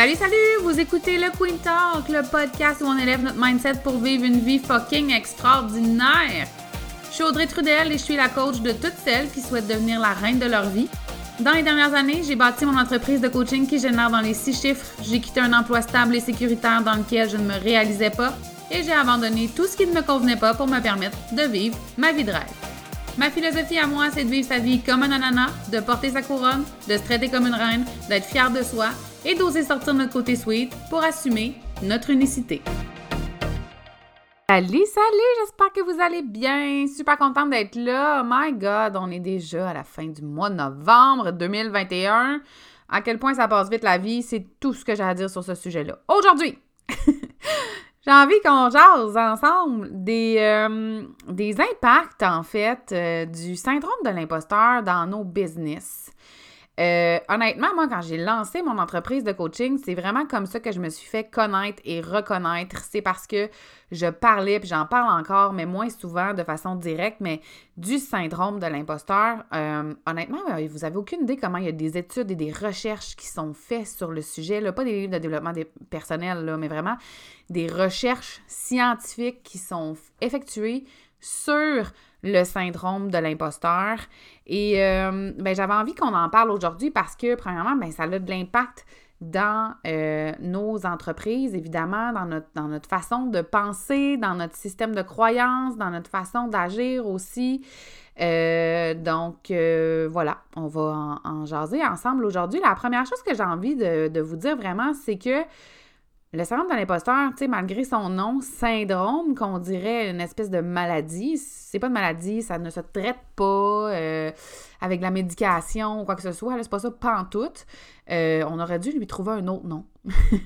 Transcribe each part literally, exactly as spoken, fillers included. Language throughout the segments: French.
Salut, salut! Vous écoutez le Queen Talk, le podcast où on élève notre mindset pour vivre une vie fucking extraordinaire. Je suis Audrey Trudel et je suis la coach de toutes celles qui souhaitent devenir la reine de leur vie. Dans les dernières années, j'ai bâti mon entreprise de coaching qui génère dans les six chiffres. J'ai quitté un emploi stable et sécuritaire dans lequel je ne me réalisais pas et j'ai abandonné tout ce qui ne me convenait pas pour me permettre de vivre ma vie de rêve. Ma philosophie à moi, c'est de vivre sa vie comme un ananas, de porter sa couronne, de se traiter comme une reine, d'être fière de soi et d'oser sortir notre côté sweet pour assumer notre unicité. Salut, salut! J'espère que vous allez bien. Super contente d'être là. Oh my God, on est déjà à la fin du mois de novembre deux mille vingt et un. À quel point ça passe vite la vie, c'est tout ce que j'ai à dire sur ce sujet-là. Aujourd'hui, j'ai envie qu'on jase ensemble des, euh, des impacts, en fait, euh, du syndrome de l'imposteur dans nos business. Euh, honnêtement, moi, quand j'ai lancé mon entreprise de coaching, c'est vraiment comme ça que je me suis fait connaître et reconnaître. C'est parce que je parlais, puis j'en parle encore, mais moins souvent de façon directe, mais du syndrome de l'imposteur. Euh, honnêtement, vous n'avez aucune idée comment il y a des études et des recherches qui sont faites sur le sujet, là, pas des livres de développement personnel, là, mais vraiment des recherches scientifiques qui sont effectuées sur le syndrome de l'imposteur. Et euh, ben, j'avais envie qu'on en parle aujourd'hui parce que, premièrement, ben, ça a de l'impact dans euh, nos entreprises, évidemment, dans notre, dans notre façon de penser, dans notre système de croyances, dans notre façon d'agir aussi. Euh, donc, euh, voilà, on va en, en jaser ensemble aujourd'hui. La première chose que j'ai envie de, de vous dire vraiment, c'est que le syndrome de l'imposteur, tu sais, malgré son nom, syndrome, qu'on dirait une espèce de maladie, c'est pas une maladie, ça ne se traite pas euh, avec de la médication ou quoi que ce soit, là, c'est pas ça pantoute. Euh, on aurait dû lui trouver un autre nom.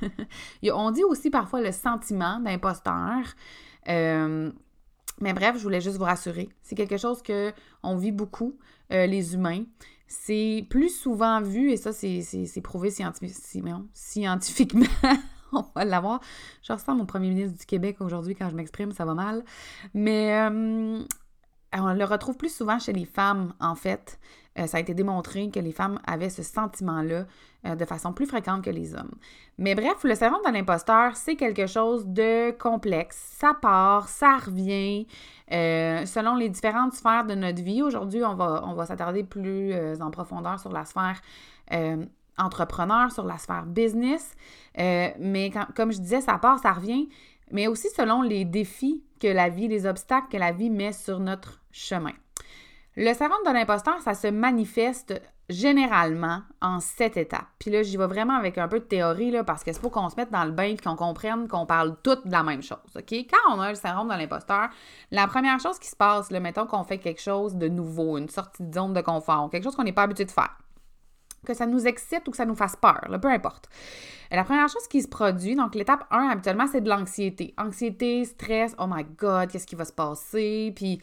On dit aussi parfois le sentiment d'imposteur. Euh, mais bref, je voulais juste vous rassurer. C'est quelque chose qu'on vit beaucoup, euh, les humains. C'est plus souvent vu, et ça, c'est, c'est, c'est prouvé scientifi- non, scientifiquement. On va l'avoir. Je ressemble au premier ministre du Québec aujourd'hui quand je m'exprime, ça va mal. Mais euh, on le retrouve plus souvent chez les femmes, en fait. Euh, ça a été démontré que les femmes avaient ce sentiment-là euh, de façon plus fréquente que les hommes. Mais bref, le syndrome de l'imposteur, c'est quelque chose de complexe. Ça part, ça revient, euh, selon les différentes sphères de notre vie. Aujourd'hui, on va, on va s'attarder plus euh, en profondeur sur la sphère euh, entrepreneur, sur la sphère business, euh, mais quand, comme je disais, ça part, ça revient, mais aussi selon les défis que la vie, les obstacles que la vie met sur notre chemin. Le syndrome de l'imposteur, ça se manifeste généralement en sept étapes. Puis là, j'y vais vraiment avec un peu de théorie, là, parce que c'est pour qu'on se mette dans le bain et qu'on comprenne qu'on parle toutes de la même chose, OK? Quand on a le syndrome de l'imposteur, la première chose qui se passe, là, mettons qu'on fait quelque chose de nouveau, une sortie de zone de confort, quelque chose qu'on n'est pas habitué de faire, que ça nous excite ou que ça nous fasse peur, là, peu importe. La première chose qui se produit, donc l'étape un, habituellement, c'est de l'anxiété. Anxiété, stress, oh my God, qu'est-ce qui va se passer? Puis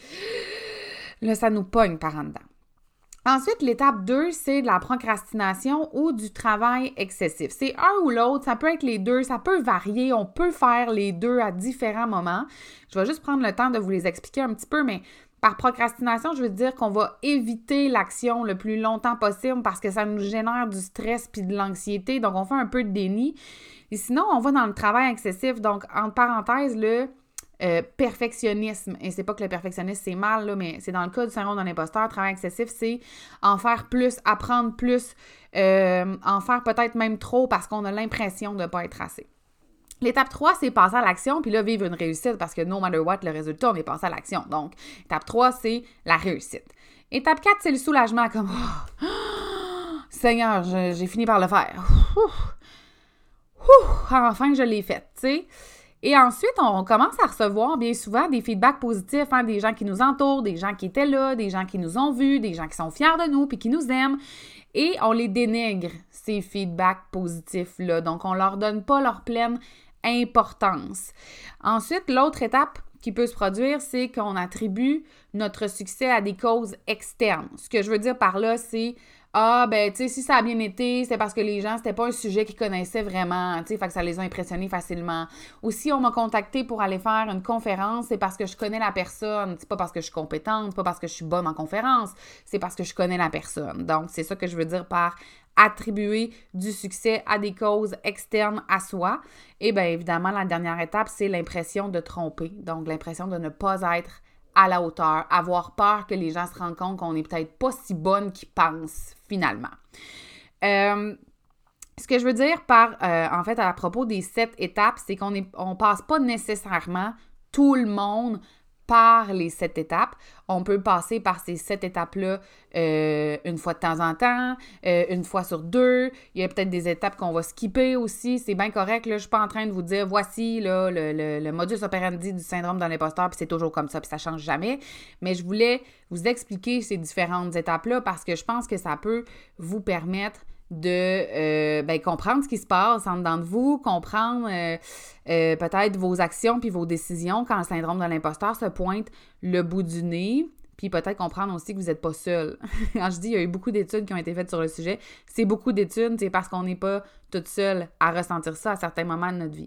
là, ça nous pogne par en dedans. Ensuite, l'étape deux, c'est de la procrastination ou du travail excessif. C'est un ou l'autre, ça peut être les deux, ça peut varier, on peut faire les deux à différents moments. Je vais juste prendre le temps de vous les expliquer un petit peu, mais par procrastination, je veux dire qu'on va éviter l'action le plus longtemps possible parce que ça nous génère du stress puis de l'anxiété, donc on fait un peu de déni. Et sinon, on va dans le travail excessif, donc entre parenthèses, le euh, perfectionnisme. Et c'est pas que le perfectionnisme, c'est mal, là, mais c'est dans le cas du syndrome de l'imposteur, travail excessif, c'est en faire plus, apprendre plus, euh, en faire peut-être même trop parce qu'on a l'impression de ne pas être assez. L'étape trois, c'est passer à l'action, puis là, vivre une réussite, parce que no matter what, le résultat, on est passé à l'action. Donc, étape trois, c'est la réussite. Étape quatre, c'est le soulagement, comme oh, oh, Seigneur, je, j'ai fini par le faire. Ouh, ouh, enfin, je l'ai fait, tu sais. Et ensuite, on commence à recevoir bien souvent des feedbacks positifs, hein, des gens qui nous entourent, des gens qui étaient là, des gens qui nous ont vus, des gens qui sont fiers de nous, puis qui nous aiment. Et on les dénigre, ces feedbacks positifs-là. Donc, on leur donne pas leur pleine importance. Ensuite, l'autre étape qui peut se produire, c'est qu'on attribue notre succès à des causes externes. Ce que je veux dire par là, c'est Ah, ben, tu sais, si ça a bien été, c'est parce que les gens, c'était pas un sujet qu'ils connaissaient vraiment, tu sais, fait que ça les a impressionnés facilement. Ou si on m'a contacté pour aller faire une conférence, c'est parce que je connais la personne. C'est pas parce que je suis compétente, c'est pas parce que je suis bonne en conférence, c'est parce que je connais la personne. Donc, c'est ça que je veux dire par attribuer du succès à des causes externes à soi. Et bien, évidemment, la dernière étape, c'est l'impression de tromper. Donc, l'impression de ne pas être à la hauteur, avoir peur que les gens se rendent compte qu'on n'est peut-être pas si bonne qu'ils pensent, finalement. Euh, ce que je veux dire par, euh, en fait, à propos des sept étapes, c'est qu'on est, on passe pas nécessairement tout le monde par les sept étapes. On peut passer par ces sept étapes-là euh, une fois de temps en temps, euh, une fois sur deux. Il y a peut-être des étapes qu'on va skipper aussi. C'est bien correct. Là, je ne suis pas en train de vous dire voici là, le, le, le modus operandi du syndrome de l'imposteur, puis c'est toujours comme ça, puis ça ne change jamais. Mais je voulais vous expliquer ces différentes étapes-là parce que je pense que ça peut vous permettre de euh, ben, comprendre ce qui se passe en dedans de vous, comprendre euh, euh, peut-être vos actions puis vos décisions quand le syndrome de l'imposteur se pointe le bout du nez, puis peut-être comprendre aussi que vous n'êtes pas seul. Quand je dis il y a eu beaucoup d'études qui ont été faites sur le sujet, c'est beaucoup d'études, c'est parce qu'on n'est pas toute seule à ressentir ça à certains moments de notre vie.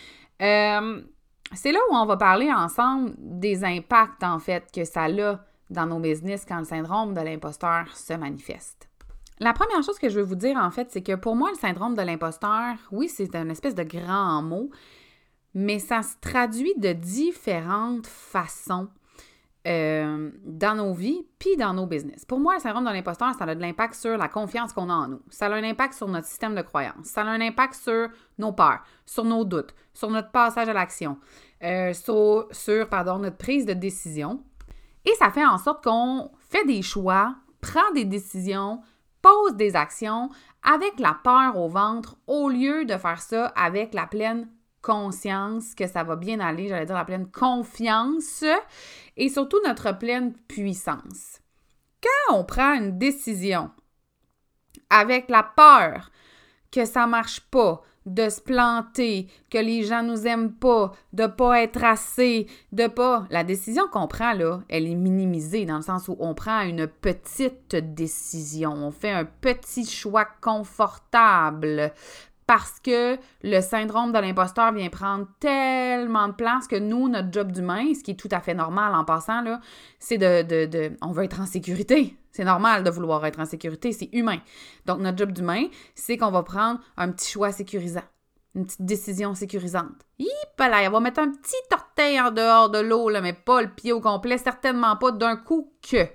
Euh, c'est là où on va parler ensemble des impacts, en fait, que ça a dans nos business quand le syndrome de l'imposteur se manifeste. La première chose que je veux vous dire, en fait, c'est que pour moi, le syndrome de l'imposteur, oui, c'est une espèce de grand mot, mais ça se traduit de différentes façons euh, dans nos vies puis dans nos business. Pour moi, le syndrome de l'imposteur, ça a de l'impact sur la confiance qu'on a en nous. Ça a un impact sur notre système de croyance. Ça a un impact sur nos peurs, sur nos doutes, sur notre passage à l'action, euh, sur, sur pardon, notre prise de décision. Et ça fait en sorte qu'on fait des choix, prend des décisions, pose des actions avec la peur au ventre au lieu de faire ça avec la pleine conscience que ça va bien aller, j'allais dire la pleine confiance et surtout notre pleine puissance. Quand on prend une décision avec la peur que ça ne marche pas, de se planter, que les gens nous aiment pas, de pas être assez, de pas... La décision qu'on prend, là, elle est minimisée dans le sens où on prend une petite décision. On fait un petit choix confortable parce que le syndrome de l'imposteur vient prendre tellement de place que nous, notre job d'humain, ce qui est tout à fait normal en passant, là, c'est de, de, de... On veut être en sécurité. C'est normal de vouloir être en sécurité, c'est humain. Donc, notre job d'humain, c'est qu'on va prendre un petit choix sécurisant, une petite décision sécurisante. Hippola, on va mettre un petit orteil en dehors de l'eau, là, mais pas le pied au complet, certainement pas d'un coup que.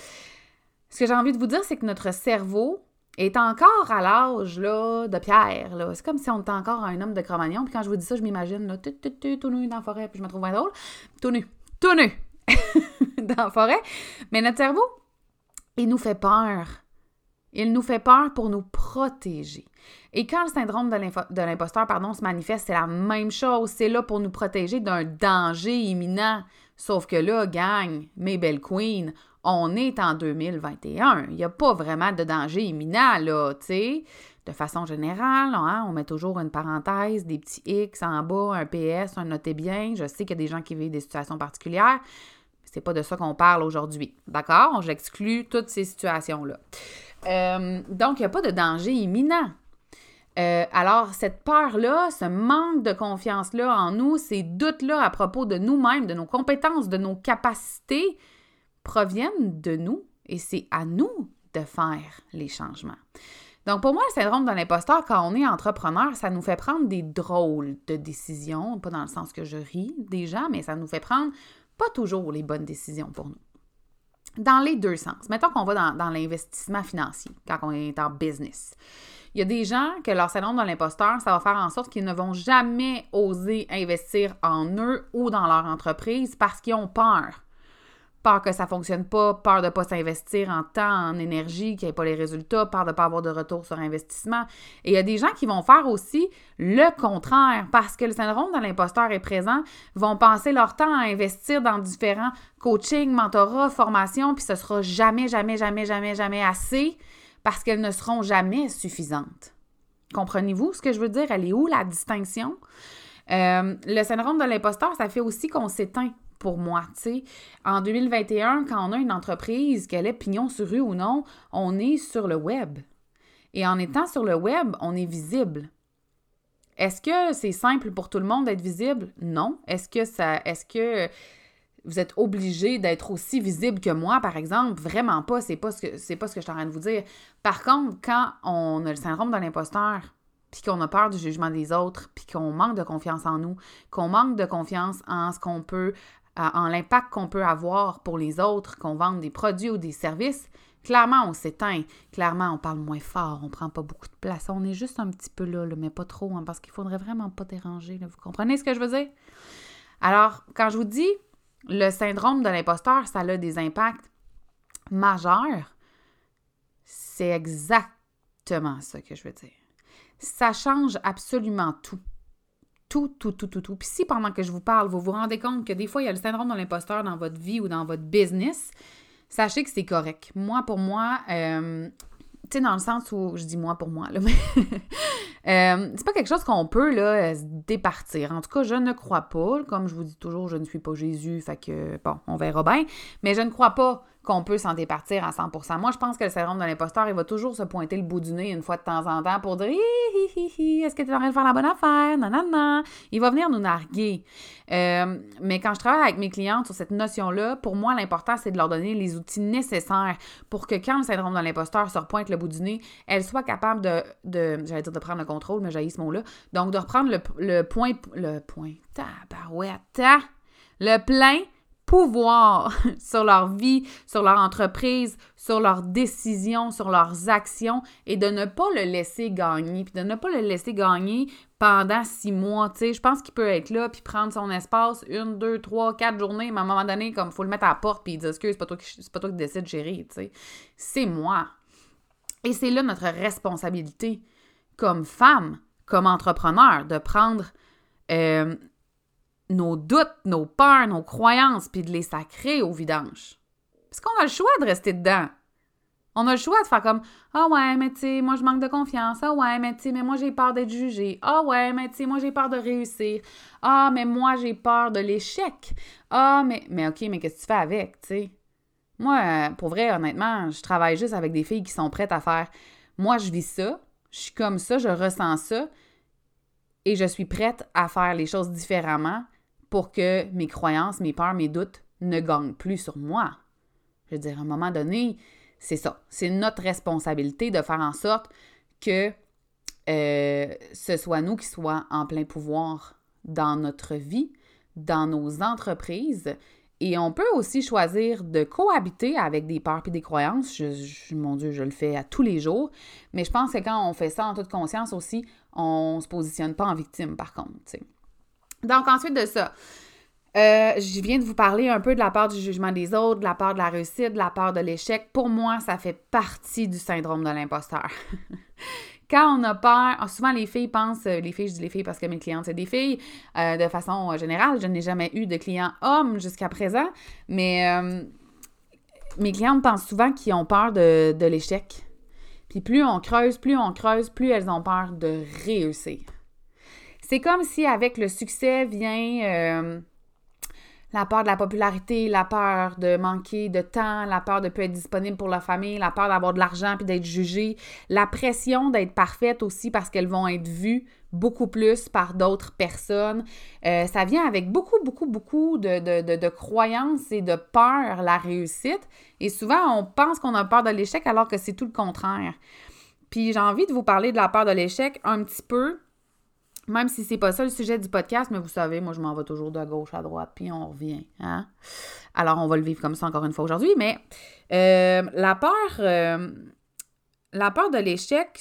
Ce que j'ai envie de vous dire, c'est que notre cerveau est encore à l'âge là, de pierre. Là. C'est comme si on était encore un homme de Cro-Magnon. Puis quand je vous dis ça, je m'imagine là, tout, tout, tout, tout nu dans la forêt, puis je me trouve bien drôle. Tout nu, tout nu dans la forêt. Mais notre cerveau, il nous fait peur. Il nous fait peur pour nous protéger. Et quand le syndrome de, l'info- de l'imposteur pardon, se manifeste, c'est la même chose. C'est là pour nous protéger d'un danger imminent. Sauf que là, gang, mes belles queens, on est en deux mille vingt et un. Il n'y a pas vraiment de danger imminent, là, tu sais. De façon générale, hein, on met toujours une parenthèse, des petits X en bas, un P S, un notez bien. Je sais qu'il y a des gens qui vivent des situations particulières. C'est pas de ça qu'on parle aujourd'hui, d'accord? J'exclus toutes ces situations-là. Euh, donc, il n'y a pas de danger imminent. Euh, alors, cette peur-là, ce manque de confiance-là en nous, ces doutes-là à propos de nous-mêmes, de nos compétences, de nos capacités, proviennent de nous et c'est à nous de faire les changements. Donc, pour moi, le syndrome de l'imposteur, quand on est entrepreneur, ça nous fait prendre des drôles de décisions, pas dans le sens que je ris des gens, mais ça nous fait prendre pas toujours les bonnes décisions pour nous. Dans les deux sens. Mettons qu'on va dans, dans l'investissement financier, quand on est en business. Il y a des gens que leur syndrome de l'imposteur, ça va faire en sorte qu'ils ne vont jamais oser investir en eux ou dans leur entreprise parce qu'ils ont peur. Peur que ça ne fonctionne pas, peur de ne pas s'investir en temps, en énergie, qu'il n'y ait pas les résultats, peur de ne pas avoir de retour sur investissement. Et il y a des gens qui vont faire aussi le contraire parce que le syndrome de l'imposteur est présent, vont passer leur temps à investir dans différents coachings, mentorats, formations, puis ce ne sera jamais, jamais, jamais, jamais, jamais assez parce qu'elles ne seront jamais suffisantes. Comprenez-vous ce que je veux dire? Elle est où la distinction? Euh, le syndrome de l'imposteur, ça fait aussi qu'on s'éteint pour moi, tu sais. En deux mille vingt et un, quand on a une entreprise, qu'elle est pignon sur rue ou non, on est sur le web. Et en étant sur le web, on est visible. Est-ce que c'est simple pour tout le monde d'être visible? Non. Est-ce que ça, est-ce que vous êtes obligé d'être aussi visible que moi, par exemple? Vraiment pas. C'est pas ce que, c'est pas ce que je suis en train de vous dire. Par contre, quand on a le syndrome de l'imposteur, puis qu'on a peur du jugement des autres, puis qu'on manque de confiance en nous, qu'on manque de confiance en ce qu'on peut, en l'impact qu'on peut avoir pour les autres, qu'on vende des produits ou des services, clairement, on s'éteint. Clairement, on parle moins fort, on prend pas beaucoup de place. On est juste un petit peu là, là mais pas trop, hein, parce qu'il faudrait vraiment pas déranger. Là. Vous comprenez ce que je veux dire? Alors, quand je vous dis le syndrome de l'imposteur, ça a des impacts majeurs, c'est exactement ça que je veux dire. Ça change absolument tout. Tout, tout, tout, tout, tout. Puis si pendant que je vous parle, vous vous rendez compte que des fois, il y a le syndrome de l'imposteur dans votre vie ou dans votre business, sachez que c'est correct. Moi, pour moi, euh, tu sais, dans le sens où, je dis moi pour moi, là, mais euh, c'est pas quelque chose qu'on peut, là, se départir. En tout cas, je ne crois pas. Comme je vous dis toujours, je ne suis pas Jésus, fait que, bon, on verra bien. Mais je ne crois pas qu'on peut s'en départir à cent pour cent. Moi, je pense que le syndrome de l'imposteur, il va toujours se pointer le bout du nez une fois de temps en temps pour dire « Hi, hi, hi, hi, est-ce que tu es en train de faire la bonne affaire? Non, non, non. » Il va venir nous narguer. Euh, mais quand je travaille avec mes clientes sur cette notion-là, pour moi, l'important, c'est de leur donner les outils nécessaires pour que quand le syndrome de l'imposteur se repointe le bout du nez, elles soient capables de, de j'allais dire de prendre le contrôle, mais j'ai ce mot-là, donc de reprendre le, le point, le point, tabarouette, le plein pouvoir sur leur vie, sur leur entreprise, sur leurs décisions, sur leurs actions et de ne pas le laisser gagner. Puis de ne pas le laisser gagner pendant six mois. Tu sais, je pense qu'il peut être là puis prendre son espace une, deux, trois, quatre journées, mais à un moment donné, comme il faut le mettre à la porte puis il dit « Excuse, c'est pas toi qui, c'est pas toi qui décide, chérie. » Tu sais, c'est moi. Et c'est là notre responsabilité comme femme, comme entrepreneur, de prendre euh, nos doutes, nos peurs, nos croyances, puis de les sacrer au vidange. Parce qu'on a le choix de rester dedans. On a le choix de faire comme « Ah ouais, mais tu sais, moi je manque de confiance. Ah ouais, mais tu sais, mais moi j'ai peur d'être jugée. Ah ouais, mais tu sais, moi j'ai peur de réussir. Ah, mais moi j'ai peur de l'échec. Ah, mais, mais ok, mais qu'est-ce que tu fais avec, tu sais? » Moi, pour vrai, honnêtement, je travaille juste avec des filles qui sont prêtes à faire « Moi, je vis ça, je suis comme ça, je ressens ça, et je suis prête à faire les choses différemment pour que mes croyances, mes peurs, mes doutes ne gagnent plus sur moi. » Je veux dire, à un moment donné, c'est ça. C'est notre responsabilité de faire en sorte que euh, ce soit nous qui soient en plein pouvoir dans notre vie, dans nos entreprises. Et on peut aussi choisir de cohabiter avec des peurs et des croyances. Je, je, mon Dieu, je le fais à tous les jours. Mais je pense que quand on fait ça en toute conscience aussi, on ne se positionne pas en victime, par contre. T'sais. Donc, ensuite de ça, euh, je viens de vous parler un peu de la peur du jugement des autres, de la peur de la réussite, de la peur de l'échec. Pour moi, ça fait partie du syndrome de l'imposteur. Quand on a peur, souvent les filles pensent, les filles, je dis les filles parce que mes clientes, c'est des filles, euh, de façon générale, je n'ai jamais eu de clients hommes jusqu'à présent, mais euh, mes clientes pensent souvent qu'ils ont peur de, de l'échec. Puis plus on creuse, plus on creuse, plus elles ont peur de réussir. C'est comme si avec le succès vient euh, la peur de la popularité, la peur de manquer de temps, la peur de ne plus être disponible pour la famille, la peur d'avoir de l'argent puis d'être jugée, la pression d'être parfaite aussi parce qu'elles vont être vues beaucoup plus par d'autres personnes. Euh, ça vient avec beaucoup, beaucoup, beaucoup de, de, de, de croyances et de peur, la réussite. Et souvent, on pense qu'on a peur de l'échec alors que c'est tout le contraire. Puis j'ai envie de vous parler de la peur de l'échec un petit peu, même si c'est pas ça le sujet du podcast, mais vous savez, moi, je m'en vais toujours de gauche à droite, puis on revient. Hein? Alors, on va le vivre comme ça encore une fois aujourd'hui, mais euh, la peur, euh, la peur de l'échec,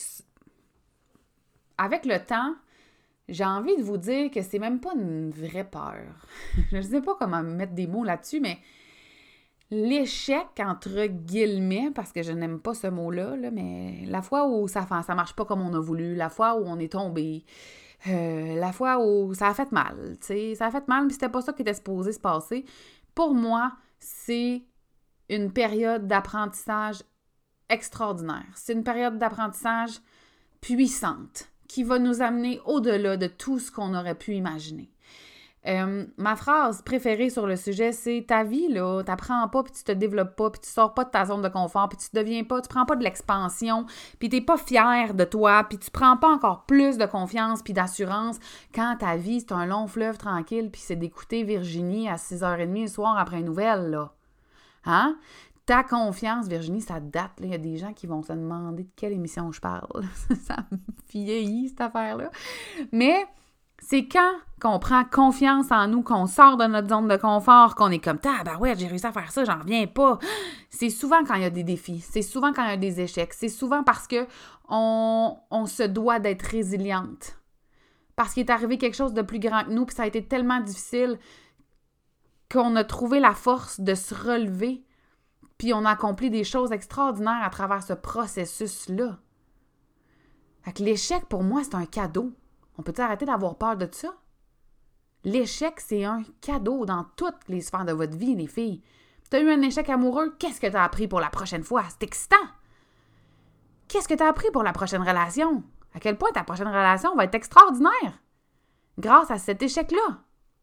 avec le temps, j'ai envie de vous dire que c'est même pas une vraie peur. Je ne sais pas comment mettre des mots là-dessus, mais l'échec, entre guillemets, parce que je n'aime pas ce mot-là, là, mais la fois où ça ne marche pas comme on a voulu, la fois où on est tombé, Euh, la fois où ça a fait mal, tu sais, ça a fait mal, mais c'était pas ça qui était supposé se passer. Pour moi, c'est une période d'apprentissage extraordinaire. C'est une période d'apprentissage puissante qui va nous amener au-delà de tout ce qu'on aurait pu imaginer. Euh, ma phrase préférée sur le sujet, c'est ta vie, là, t'apprends pas, puis tu te développes pas, puis tu sors pas de ta zone de confort, puis tu deviens pas, tu prends pas de l'expansion, puis t'es pas fier de toi, puis tu prends pas encore plus de confiance puis d'assurance quand ta vie, c'est un long fleuve tranquille, puis c'est d'écouter Virginie à six heures trente le soir après une nouvelle, là. Hein? Ta confiance, Virginie, ça date, là. Il y a des gens qui vont se demander de quelle émission je parle. Ça me vieillit, cette affaire-là. Mais c'est quand qu'on prend confiance en nous, qu'on sort de notre zone de confort, qu'on est comme « Ah, ben ouais, j'ai réussi à faire ça, j'en reviens pas. » C'est souvent quand il y a des défis, c'est souvent quand il y a des échecs, c'est souvent parce que on, on se doit d'être résiliente. Parce qu'il est arrivé quelque chose de plus grand que nous, puis ça a été tellement difficile qu'on a trouvé la force de se relever, puis on a accompli des choses extraordinaires à travers ce processus-là. Fait que l'échec, pour moi, c'est un cadeau. On peut-tu arrêter d'avoir peur de ça? L'échec, c'est un cadeau dans toutes les sphères de votre vie, les filles. Tu as eu un échec amoureux, qu'est-ce que tu as appris pour la prochaine fois? C'est excitant! Qu'est-ce que tu as appris pour la prochaine relation? À quel point ta prochaine relation va être extraordinaire grâce à cet échec-là?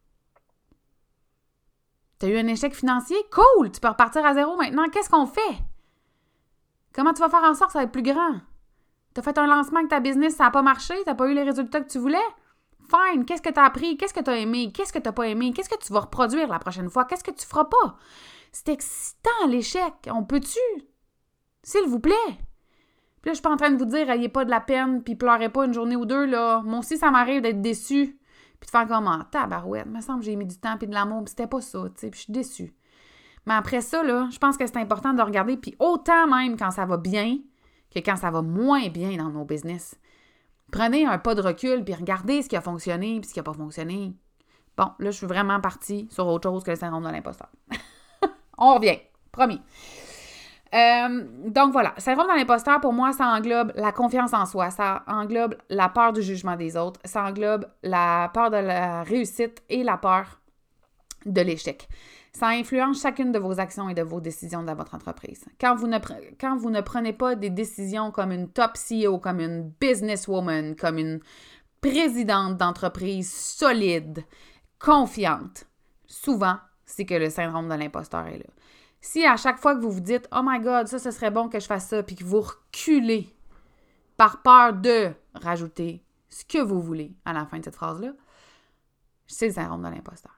Tu as eu un échec financier? Cool! Tu peux repartir à zéro maintenant. Qu'est-ce qu'on fait? Comment tu vas faire en sorte que ça va être plus grand? Tu as fait un lancement avec ta business, ça n'a pas marché, tu n'as pas eu les résultats que tu voulais? Fine, qu'est-ce que tu as appris? Qu'est-ce que tu as aimé? Qu'est-ce que tu n'as pas aimé? Qu'est-ce que tu vas reproduire la prochaine fois? Qu'est-ce que tu feras pas? C'est excitant, l'échec. On peut-tu? S'il vous plaît. Puis là, je suis pas en train de vous dire, ayez pas de la peine, puis pleurez pas une journée ou deux, là. Moi aussi, ça m'arrive d'être déçue. Puis de faire comme, ah, tabarouette, me semble que j'ai mis du temps puis de l'amour, puis c'était pas ça, tu sais, puis je suis déçue. Mais après ça, là, je pense que c'est important de regarder, puis autant même quand ça va bien, que quand ça va moins bien dans nos business. Prenez un pas de recul, puis regardez ce qui a fonctionné, puis ce qui n'a pas fonctionné. Bon, là, je suis vraiment partie sur autre chose que le syndrome de l'imposteur. On revient, promis. Euh, donc voilà, le syndrome de l'imposteur, pour moi, ça englobe la confiance en soi, ça englobe la peur du jugement des autres, ça englobe la peur de la réussite et la peur de l'échec. Ça influence chacune de vos actions et de vos décisions dans votre entreprise. Quand vous ne, pre- quand vous ne prenez pas des décisions comme une top C E O, comme une businesswoman, comme une présidente d'entreprise solide, confiante, souvent, c'est que le syndrome de l'imposteur est là. Si à chaque fois que vous vous dites « Oh my God, ça, ce serait bon que je fasse ça », puis que vous reculez par peur de rajouter ce que vous voulez à la fin de cette phrase-là, c'est le syndrome de l'imposteur.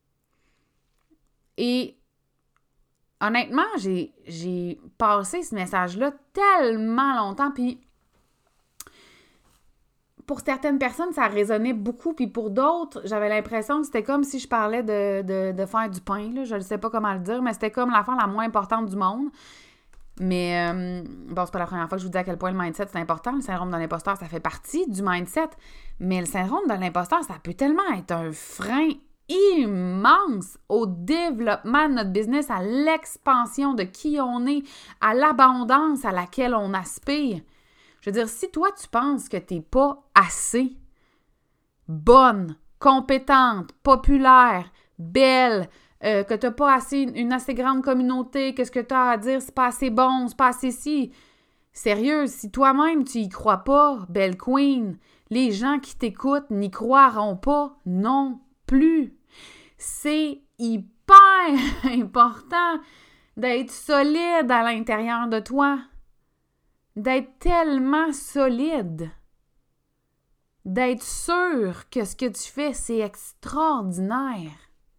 Et honnêtement, j'ai, j'ai passé ce message-là tellement longtemps, puis pour certaines personnes, ça résonnait beaucoup, puis pour d'autres, j'avais l'impression que c'était comme si je parlais de, de, de faire du pain, là. Je ne sais pas comment le dire, mais c'était comme l'affaire la moins importante du monde. Mais, euh, bon, c'est pas la première fois que je vous dis à quel point le mindset, c'est important. Le syndrome de l'imposteur, ça fait partie du mindset. Mais le syndrome de l'imposteur, ça peut tellement être un frein immense au développement de notre business, à l'expansion de qui on est, à l'abondance à laquelle on aspire. Je veux dire, si toi, tu penses que tu n'es pas assez bonne, compétente, populaire, belle, euh, que tu n'as pas assez, une assez grande communauté, que ce que tu as à dire, c'est pas assez bon, c'est pas assez si. Sérieux, si toi-même, tu y crois pas, belle queen, les gens qui t'écoutent n'y croiront pas non plus. C'est hyper important d'être solide à l'intérieur de toi. D'être tellement solide, d'être sûr que ce que tu fais, c'est extraordinaire.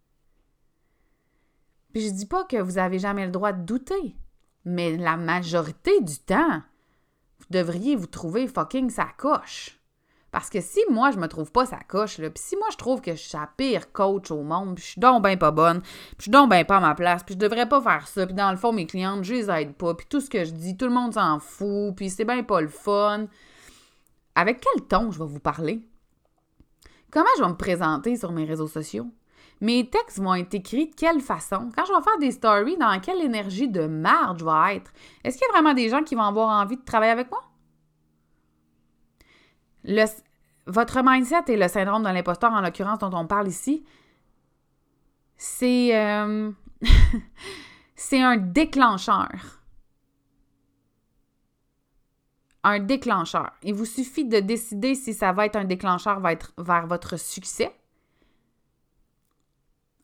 Puis je dis pas que vous avez jamais le droit de douter, mais la majorité du temps, vous devriez vous trouver fucking sa coche. Parce que si moi, je me trouve pas sa coche, là, puis si moi, je trouve que je suis la pire coach au monde, puis je suis donc ben pas bonne, puis je suis donc ben pas à ma place, puis je devrais pas faire ça, puis dans le fond, mes clientes, je les aide pas, puis tout ce que je dis, tout le monde s'en fout, puis c'est ben pas le fun. Avec quel ton je vais vous parler? Comment je vais me présenter sur mes réseaux sociaux? Mes textes vont être écrits de quelle façon? Quand je vais faire des stories, dans quelle énergie de marde je vais être? Est-ce qu'il y a vraiment des gens qui vont avoir envie de travailler avec moi? Le, votre mindset et le syndrome de l'imposteur, en l'occurrence, dont on parle ici, c'est, euh, c'est un déclencheur. Un déclencheur. Il vous suffit de décider si ça va être un déclencheur vers, vers votre succès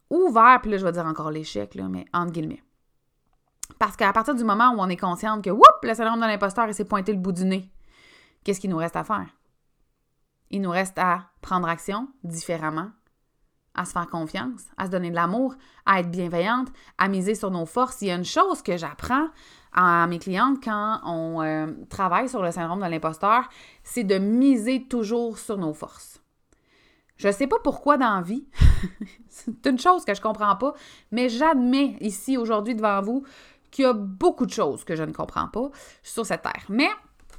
ou vers, puis là, je vais dire encore l'échec, là, mais entre guillemets. Parce qu'à partir du moment où on est consciente que, whoop, le syndrome de l'imposteur, il s'est pointé le bout du nez, qu'est-ce qu'il nous reste à faire? Il nous reste à prendre action différemment, à se faire confiance, à se donner de l'amour, à être bienveillante, à miser sur nos forces. Il y a une chose que j'apprends à mes clientes quand on euh, travaille sur le syndrome de l'imposteur, c'est de miser toujours sur nos forces. Je ne sais pas pourquoi dans la vie, c'est une chose que je ne comprends pas, mais j'admets ici, aujourd'hui, devant vous, qu'il y a beaucoup de choses que je ne comprends pas sur cette terre. Mais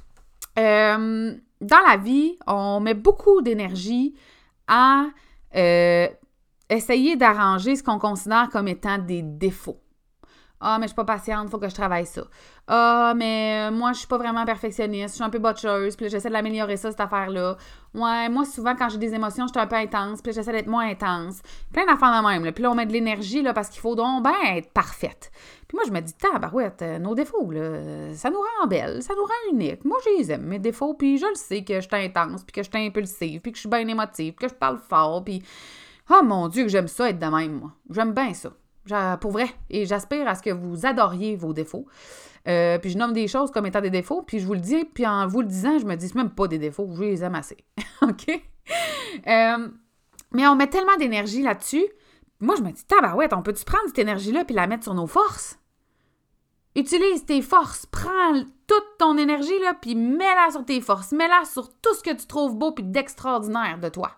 euh, dans la vie, on met beaucoup d'énergie à euh, essayer d'arranger ce qu'on considère comme étant des défauts. Ah, mais je suis pas patiente, il faut que je travaille ça. Ah, mais moi, je suis pas vraiment perfectionniste, je suis un peu botcheuse, puis là, j'essaie de l'améliorer ça, cette affaire-là. Ouais, moi, souvent, quand j'ai des émotions, je suis un peu intense, puis là, j'essaie d'être moins intense. Plein d'affaires de même, là. Puis là, on met de l'énergie, là, parce qu'il faut donc ben être parfaite. Puis moi, je me dis, tabarouette, nos défauts, là, ça nous rend belles, ça nous rend uniques. Moi, je les aime, mes défauts, puis je le sais que je suis intense, puis que je suis impulsive, puis que je suis bien émotive, puis que je parle fort, puis... Oh mon Dieu, que j'aime ça être de même, moi. J'aime bien ça. Pour vrai. Et j'aspire à ce que vous adoriez vos défauts. Euh, puis je nomme des choses comme étant des défauts, puis je vous le dis, puis en vous le disant, je me dis même pas des défauts, je les aime assez. OK? Euh, mais on met tellement d'énergie là-dessus. Moi, je me dis, tabarouette, on peut-tu prendre cette énergie-là puis la mettre sur nos forces? Utilise tes forces. Prends toute ton énergie, là, puis mets-la sur tes forces. Mets-la sur tout ce que tu trouves beau puis d'extraordinaire de toi.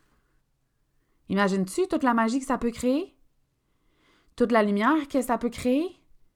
Imagines-tu toute la magie que ça peut créer? Toute la lumière que ça peut créer?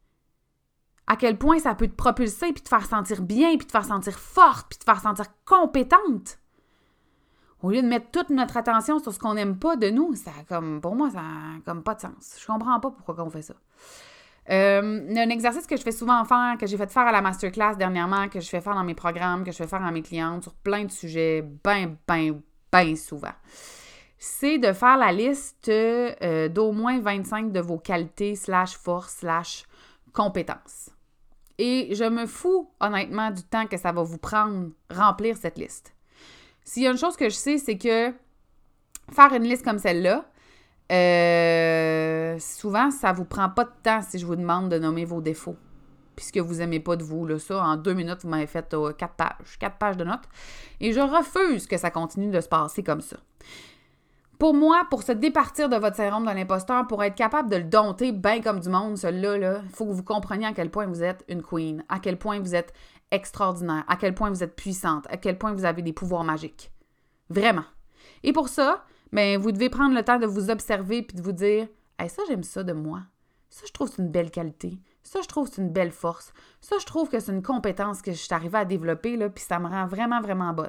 À quel point ça peut te propulser, puis te faire sentir bien, puis te faire sentir forte, puis te faire sentir compétente. Au lieu de mettre toute notre attention sur ce qu'on n'aime pas de nous, ça comme pour moi, ça n'a comme pas de sens. Je comprends pas pourquoi on fait ça. Euh, un exercice que je fais souvent faire, que j'ai fait faire à la masterclass dernièrement, que je fais faire dans mes programmes, que je fais faire à mes clientes sur plein de sujets, ben, ben, ben souvent, c'est de faire la liste euh, d'au moins vingt-cinq de vos qualités slash forces slash compétences. Et je me fous, honnêtement, du temps que ça va vous prendre remplir cette liste. S'il y a une chose que je sais, c'est que faire une liste comme celle-là, euh, souvent, ça ne vous prend pas de temps si je vous demande de nommer vos défauts. Puis ce que vous n'aimez pas de vous, là, ça, en deux minutes, vous m'avez fait euh, quatre pages, quatre pages de notes. Et je refuse que ça continue de se passer comme ça. Pour moi, pour se départir de votre syndrome de l'imposteur, pour être capable de le dompter bien comme du monde, celui-là, là, il faut que vous compreniez à quel point vous êtes une queen, à quel point vous êtes extraordinaire, à quel point vous êtes puissante, à quel point vous avez des pouvoirs magiques. Vraiment. Et pour ça, bien, vous devez prendre le temps de vous observer puis de vous dire hey, « ça, j'aime ça de moi. Ça, je trouve que c'est une belle qualité. Ça, je trouve que c'est une belle force. Ça, je trouve que c'est une compétence que je suis arrivée à développer, là, puis ça me rend vraiment, vraiment bonne. »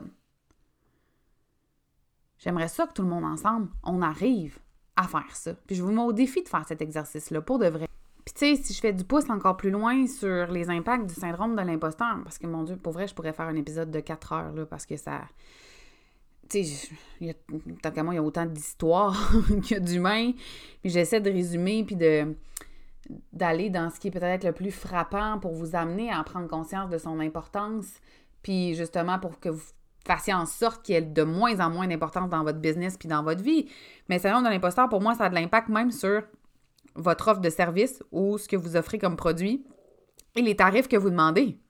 J'aimerais ça que tout le monde ensemble, on arrive à faire ça. Puis je vous mets au défi de faire cet exercice-là, pour de vrai. Puis tu sais, si je fais du pouce encore plus loin sur les impacts du syndrome de l'imposteur, parce que mon Dieu, pour vrai, je pourrais faire un épisode de quatre heures, là, parce que ça... Tu sais, tant qu'à moi, il y a autant d'histoires qu'il y a d'humains. Puis j'essaie de résumer, puis de d'aller dans ce qui est peut-être le plus frappant pour vous amener à prendre conscience de son importance, puis justement pour que vous fassiez en sorte qu'il y ait de moins en moins d'importance dans votre business puis dans votre vie. Mais le syndrome de l'imposteur, pour moi, ça a de l'impact même sur votre offre de service ou ce que vous offrez comme produit et les tarifs que vous demandez.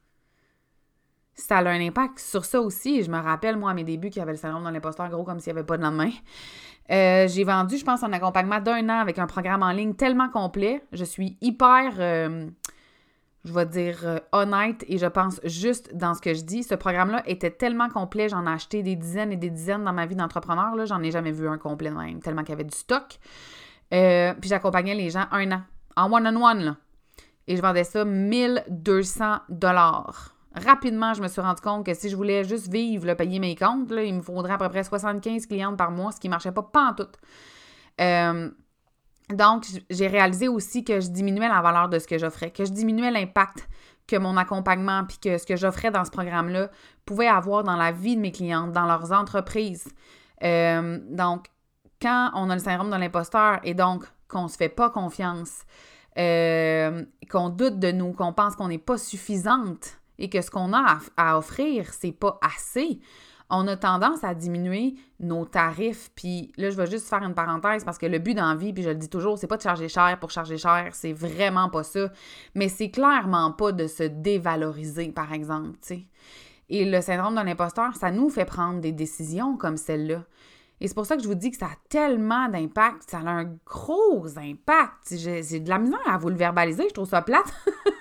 Ça a un impact sur ça aussi. Je me rappelle, moi, à mes débuts, qu'il y avait le syndrome de l'imposteur gros comme s'il n'y avait pas de lendemain. Euh, j'ai vendu, je pense, un accompagnement d'un an avec un programme en ligne tellement complet. Je suis hyper... Euh, je vais dire euh, honnête et je pense juste dans ce que je dis. Ce programme-là était tellement complet, j'en ai acheté des dizaines et des dizaines dans ma vie d'entrepreneur. Là, j'en ai jamais vu un complet de même, tellement qu'il y avait du stock. Euh, puis j'accompagnais les gens un an, en one-on-one, là. Et je vendais ça mille deux cents dollars. Rapidement, je me suis rendu compte que si je voulais juste vivre, là, payer mes comptes, là, il me faudrait à peu près soixante-quinze clientes par mois, ce qui ne marchait pas pantoute. Euh... Donc, j'ai réalisé aussi que je diminuais la valeur de ce que j'offrais, que je diminuais l'impact que mon accompagnement puis que ce que j'offrais dans ce programme-là pouvait avoir dans la vie de mes clientes, dans leurs entreprises. Euh, donc, quand on a le syndrome de l'imposteur et donc qu'on ne se fait pas confiance, euh, qu'on doute de nous, qu'on pense qu'on n'est pas suffisante et que ce qu'on a à, à offrir, c'est pas assez, on a tendance à diminuer nos tarifs. Puis là, je vais juste faire une parenthèse parce que le but dans la vie, puis je le dis toujours, c'est pas de charger cher pour charger cher, c'est vraiment pas ça. Mais c'est clairement pas de se dévaloriser, par exemple, tu sais. Et le syndrome de l'imposteur, ça nous fait prendre des décisions comme celle-là. Et c'est pour ça que je vous dis que ça a tellement d'impact, ça a un gros impact. J'ai, j'ai de la misère à vous le verbaliser, je trouve ça plate.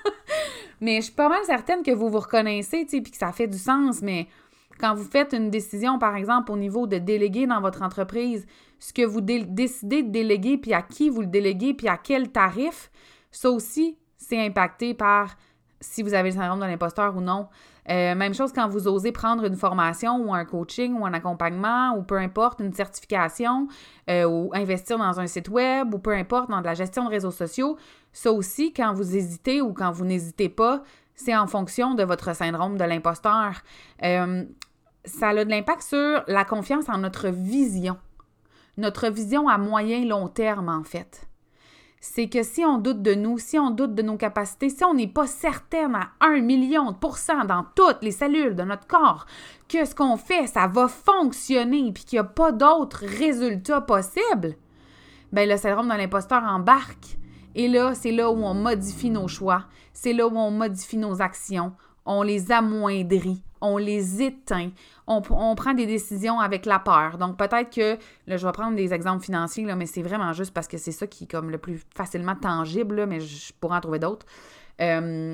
Mais je suis pas mal certaine que vous vous reconnaissez, tu sais, puis que ça fait du sens, mais quand vous faites une décision, par exemple, au niveau de déléguer dans votre entreprise, ce que vous dé- décidez de déléguer, puis à qui vous le déléguez, puis à quel tarif, ça aussi, c'est impacté par si vous avez le syndrome de l'imposteur ou non. Euh, même chose quand vous osez prendre une formation ou un coaching ou un accompagnement ou peu importe, une certification euh, ou investir dans un site web ou peu importe, dans de la gestion de réseaux sociaux. Ça aussi, quand vous hésitez ou quand vous n'hésitez pas, c'est en fonction de votre syndrome de l'imposteur. Euh, ça a de l'impact sur la confiance en notre vision. Notre vision à moyen long terme, en fait. C'est que si on doute de nous, si on doute de nos capacités, si on n'est pas certaine à un million de pourcents dans toutes les cellules de notre corps que ce qu'on fait, ça va fonctionner puis qu'il n'y a pas d'autres résultats possibles, bien, le syndrome de l'imposteur embarque. Et là, c'est là où on modifie nos choix, c'est là où on modifie nos actions, on les amoindrit, on les éteint, on, on prend des décisions avec la peur. Donc, peut-être que, là, je vais prendre des exemples financiers, là, mais c'est vraiment juste parce que c'est ça qui est comme le plus facilement tangible, là, mais je pourrais en trouver d'autres. Euh,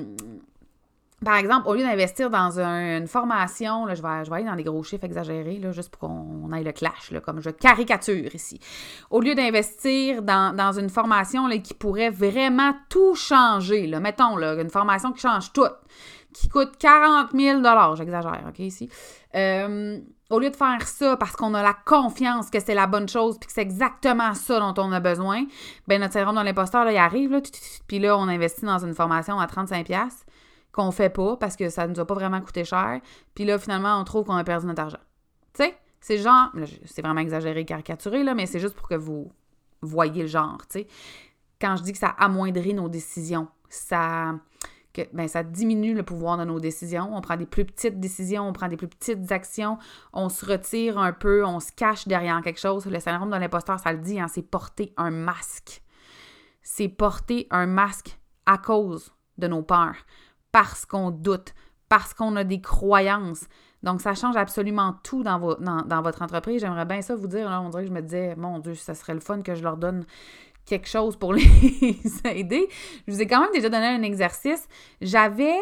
par exemple, au lieu d'investir dans un, une formation, là, je, vais, je vais aller dans des gros chiffres exagérés, là, juste pour qu'on aille le clash, là, comme je caricature ici. Au lieu d'investir dans, dans une formation là, qui pourrait vraiment tout changer, là, mettons, là, une formation qui change tout, qui coûte quarante mille dollars, j'exagère, OK, ici. Euh, au lieu de faire ça parce qu'on a la confiance que c'est la bonne chose puis que c'est exactement ça dont on a besoin, bien, notre syndrome de l'imposteur, là, il arrive, là, puis là, on investit dans une formation à trente-cinq dollars qu'on fait pas parce que ça nous a pas vraiment coûté cher, puis là, finalement, on trouve qu'on a perdu notre argent. Tu sais, c'est genre, là, c'est vraiment exagéré, caricaturé, là, mais c'est juste pour que vous voyez le genre, tu sais. Quand je dis que ça amoindrit nos décisions, ça... que ben, ça diminue le pouvoir de nos décisions. On prend des plus petites décisions, on prend des plus petites actions, on se retire un peu, on se cache derrière quelque chose. Le syndrome de l'imposteur, ça le dit, hein, c'est porter un masque. C'est porter un masque à cause de nos peurs, parce qu'on doute, parce qu'on a des croyances. Donc, ça change absolument tout dans, vo- dans, dans votre entreprise. J'aimerais bien ça vous dire, là, on dirait que je me disais, mon Dieu, ça serait le fun que je leur donne quelque chose pour les aider. Je vous ai quand même déjà donné un exercice. J'avais,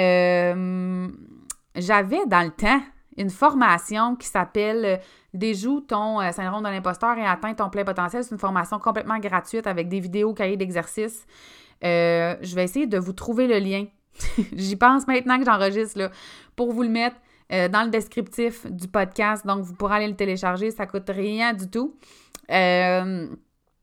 euh, j'avais dans le temps une formation qui s'appelle « Déjoue ton euh, syndrome de l'imposteur et atteins ton plein potentiel ». C'est une formation complètement gratuite avec des vidéos, cahiers d'exercices. Euh, je vais essayer de vous trouver le lien. J'y pense maintenant que j'enregistre là, pour vous le mettre euh, dans le descriptif du podcast. Donc, vous pourrez aller le télécharger. Ça ne coûte rien du tout. Euh,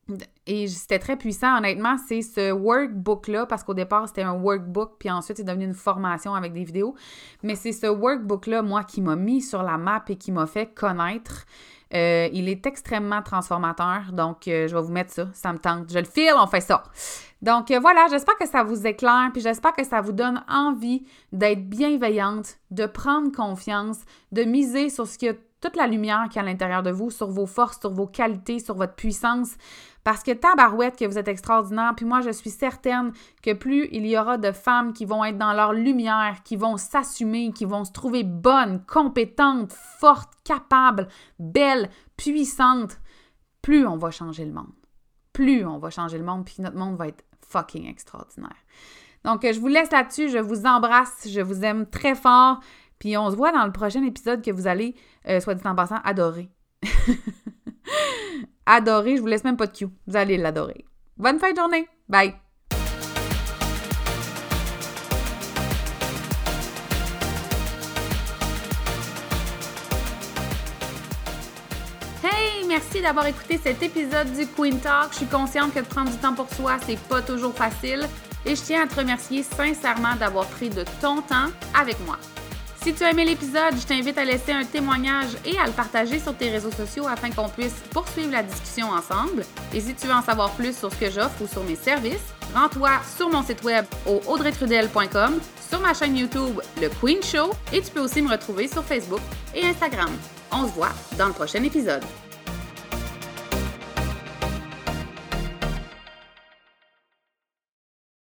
Et c'était très puissant, honnêtement, c'est ce workbook-là, parce qu'au départ, c'était un workbook, puis ensuite, c'est devenu une formation avec des vidéos. Mais c'est ce workbook-là, moi, qui m'a mis sur la map et qui m'a fait connaître. Euh, il est extrêmement transformateur, donc euh, je vais vous mettre ça, ça me tente. Je le file, on fait ça. Donc euh, voilà, j'espère que ça vous éclaire, puis j'espère que ça vous donne envie d'être bienveillante, de prendre confiance, de miser sur ce qu'il y a toute la lumière qu'il y a à l'intérieur de vous, sur vos forces, sur vos qualités, sur votre puissance. Parce que tabarouette que vous êtes extraordinaire, puis moi, je suis certaine que plus il y aura de femmes qui vont être dans leur lumière, qui vont s'assumer, qui vont se trouver bonnes, compétentes, fortes, capables, belles, puissantes, plus on va changer le monde. Plus on va changer le monde, puis notre monde va être fucking extraordinaire. Donc, je vous laisse là-dessus, je vous embrasse, je vous aime très fort, puis on se voit dans le prochain épisode que vous allez, euh, soit dit en passant, adorer. Adorer, je vous laisse même pas de cue. Vous allez l'adorer. Bonne fin de journée. Bye! Hey! Merci d'avoir écouté cet épisode du Queen Talk. Je suis consciente que de prendre du temps pour soi, c'est pas toujours facile. Et je tiens à te remercier sincèrement d'avoir pris de ton temps avec moi. Si tu as aimé l'épisode, je t'invite à laisser un témoignage et à le partager sur tes réseaux sociaux afin qu'on puisse poursuivre la discussion ensemble. Et si tu veux en savoir plus sur ce que j'offre ou sur mes services, rends-toi sur mon site web au audrey trudel point com, sur ma chaîne YouTube Le Queen Show et tu peux aussi me retrouver sur Facebook et Instagram. On se voit dans le prochain épisode.